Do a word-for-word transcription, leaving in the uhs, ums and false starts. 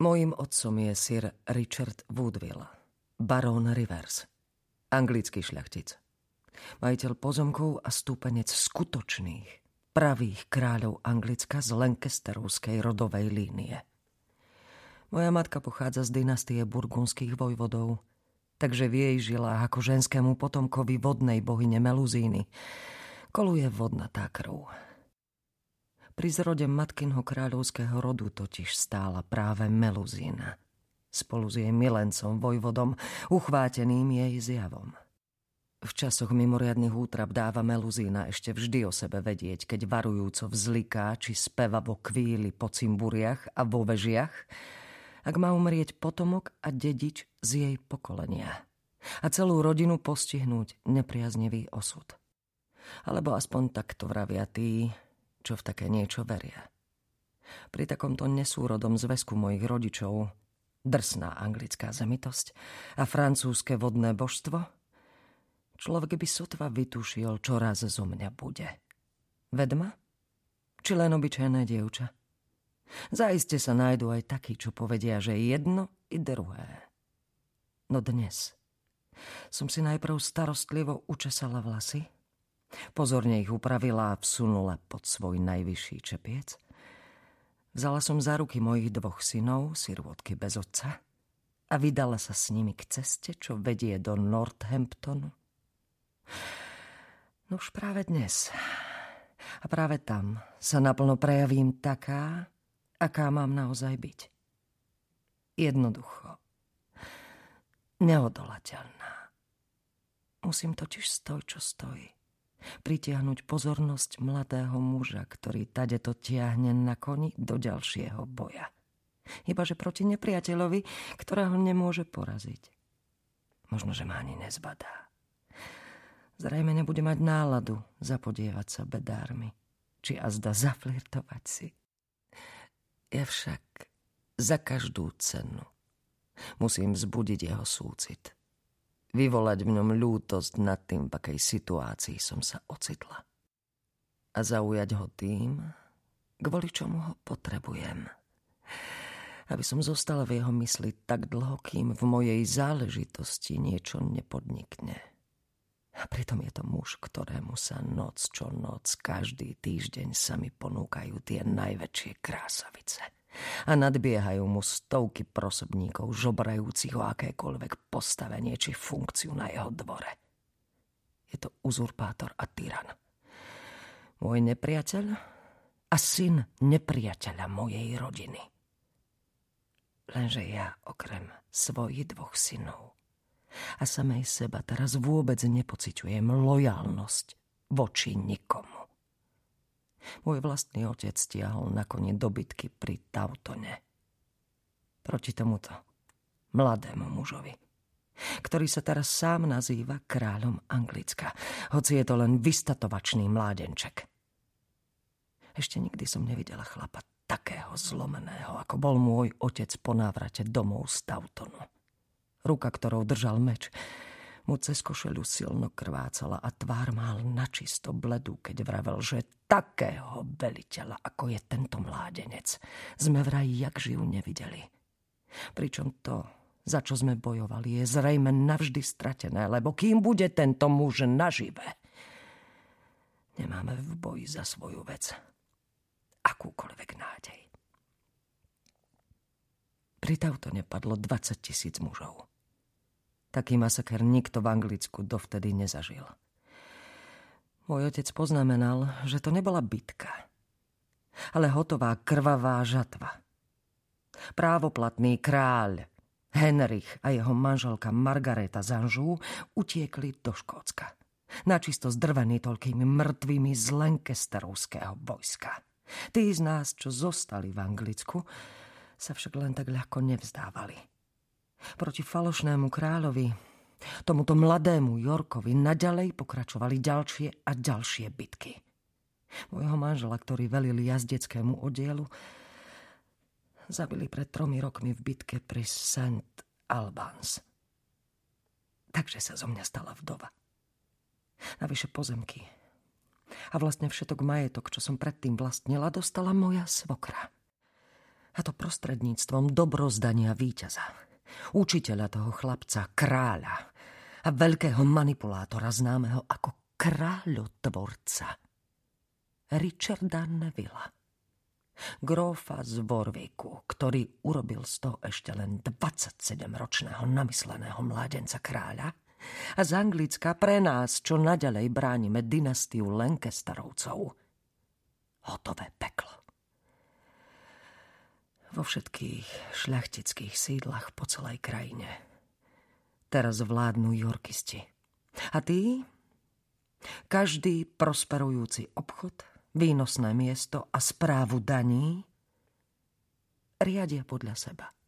Mojím otcom je sir Richard Woodville, barón Rivers, anglický šľachtic. Majiteľ pozemkov a stúpenec skutočných, pravých kráľov Anglicka z Lancasterovskej rodovej línie. Moja matka pochádza z dynastie burgundských vojvodov, takže v jej žilách ako ženskému potomkovi vodnej bohyne Meluzíny koluje vodnatá krv. Pri zrode matkinho kráľovského rodu totiž stála práve Meluzína, spolu s jej milencom, vojvodom, uchváteným jej zjavom. V časoch mimoriadnych útrap dáva Meluzína ešte vždy o sebe vedieť, keď varujúco vzliká či speva vo kvíli po cimburiach a vo vežiach, ak má umrieť potomok a dedič z jej pokolenia a celú rodinu postihnúť nepriaznivý osud. Alebo aspoň takto vravia tí, čo v také niečo veria. Pri takomto nesúrodom zväzku mojich rodičov, drsná anglická zemitosť a francúzske vodné božstvo, človek by sotva vytušil, čo raz zo mňa bude. Vedma? Či len obyčajné dievča? Zaiste sa nájdu aj takí, čo povedia, že jedno i druhé. No dnes som si najprv starostlivo učesala vlasy, pozorne ich upravila a vsunula pod svoj najvyšší čepiec. Vzala som za ruky mojich dvoch synov, sirôtky bez otca, a vydala sa s nimi k ceste, čo vedie do Northamptonu. No už práve dnes a práve tam sa naplno prejavím taká, aká mám naozaj byť. Jednoducho. Neodolateľná. Musím totiž stoj, čo stojí. Pritiahnuť pozornosť mladého muža, ktorý tadeto tiahne na koni do ďalšieho boja. Ibaže proti nepriateľovi, ktorého nemôže poraziť. Možno, že ma ani nezbadá. Zrejme nebude mať náladu zapodievať sa bedármi, či azda zaflirtovať si. Ja však za každú cenu musím vzbudiť jeho súcit. Vyvolať v ňom ľútosť nad tým, v akej situácii som sa ocitla. A zaujať ho tým, kvôli čomu ho potrebujem. Aby som zostala v jeho mysli tak dlho, kým v mojej záležitosti niečo nepodnikne. A pritom je to muž, ktorému sa noc čo noc, každý týždeň sa mi ponúkajú tie najväčšie krásavice. A nadbiehajú mu stovky prosobníkov, žobrajúcich o akékoľvek postavenie či funkciu na jeho dvore. Je to uzurpátor a tyran. Môj nepriateľ a syn nepriateľa mojej rodiny. Lenže ja, okrem svojich dvoch synov a samej seba, teraz vôbec nepociťujem lojálnosť voči nikomu. Môj vlastný otec stiahol nakoniec dobytky pri Tautone. Proti tomuto mladému mužovi, ktorý sa teraz sám nazýva kráľom Anglicka, hoci je to len vystatovačný mládenček. Ešte nikdy som nevidela chlapa takého zlomeného, ako bol môj otec po návrate domov z Tautonu. Ruka, ktorou držal meč, mu cez košeľu silno krvácala a tvár mal načisto bledú, keď vravel, že takého veliteľa, ako je tento mládenec, sme vraj jak živ nevideli. Pričom to, za čo sme bojovali, je zrejme navždy stratené, lebo kým bude tento muž nažive, nemáme v boji za svoju vec akúkoľvek nádej. Pri Tautone padlo dvadsať tisíc mužov. Taký masaker nikto v Anglicku dovtedy nezažil. Môj otec poznamenal, že to nebola bitka, ale hotová krvavá žatva. Právoplatný kráľ Henrich a jeho manželka Margareta z Anžú utiekli do Škótska. Načisto zdrvení toľkými mŕtvými z Lancasterovského vojska. Tí z nás, čo zostali v Anglicku, sa však len tak ľahko nevzdávali. Proti falošnému kráľovi, tomuto mladému Yorkovi, naďalej pokračovali ďalšie a ďalšie bitky. Môjho manžela, ktorý velil jazdeckému oddielu, zabili pred tromi rokmi v bitke pri Saint Albans. Takže sa zo mňa stala vdova. Navyše pozemky a vlastne všetok majetok, čo som predtým vlastnila, dostala moja svokra. A to prostredníctvom dobrozdania víťaza, učiteľa toho chlapca, kráľa a veľkého manipulátora známeho ako kráľotvorca Richarda Nevilla, grófa z Warwicku, ktorý urobil z toho ešte len dvadsaťsedemročného namysleného mládenca kráľa a z Anglicka pre nás, čo naďalej bránime dynastiu Lancasterovcov, hotové peklo. Vo všetkých šľachtických sídlach po celej krajine teraz vládnu yorkisti. A tí, každý prosperujúci obchod, výnosné miesto a správu daní riadia podľa seba.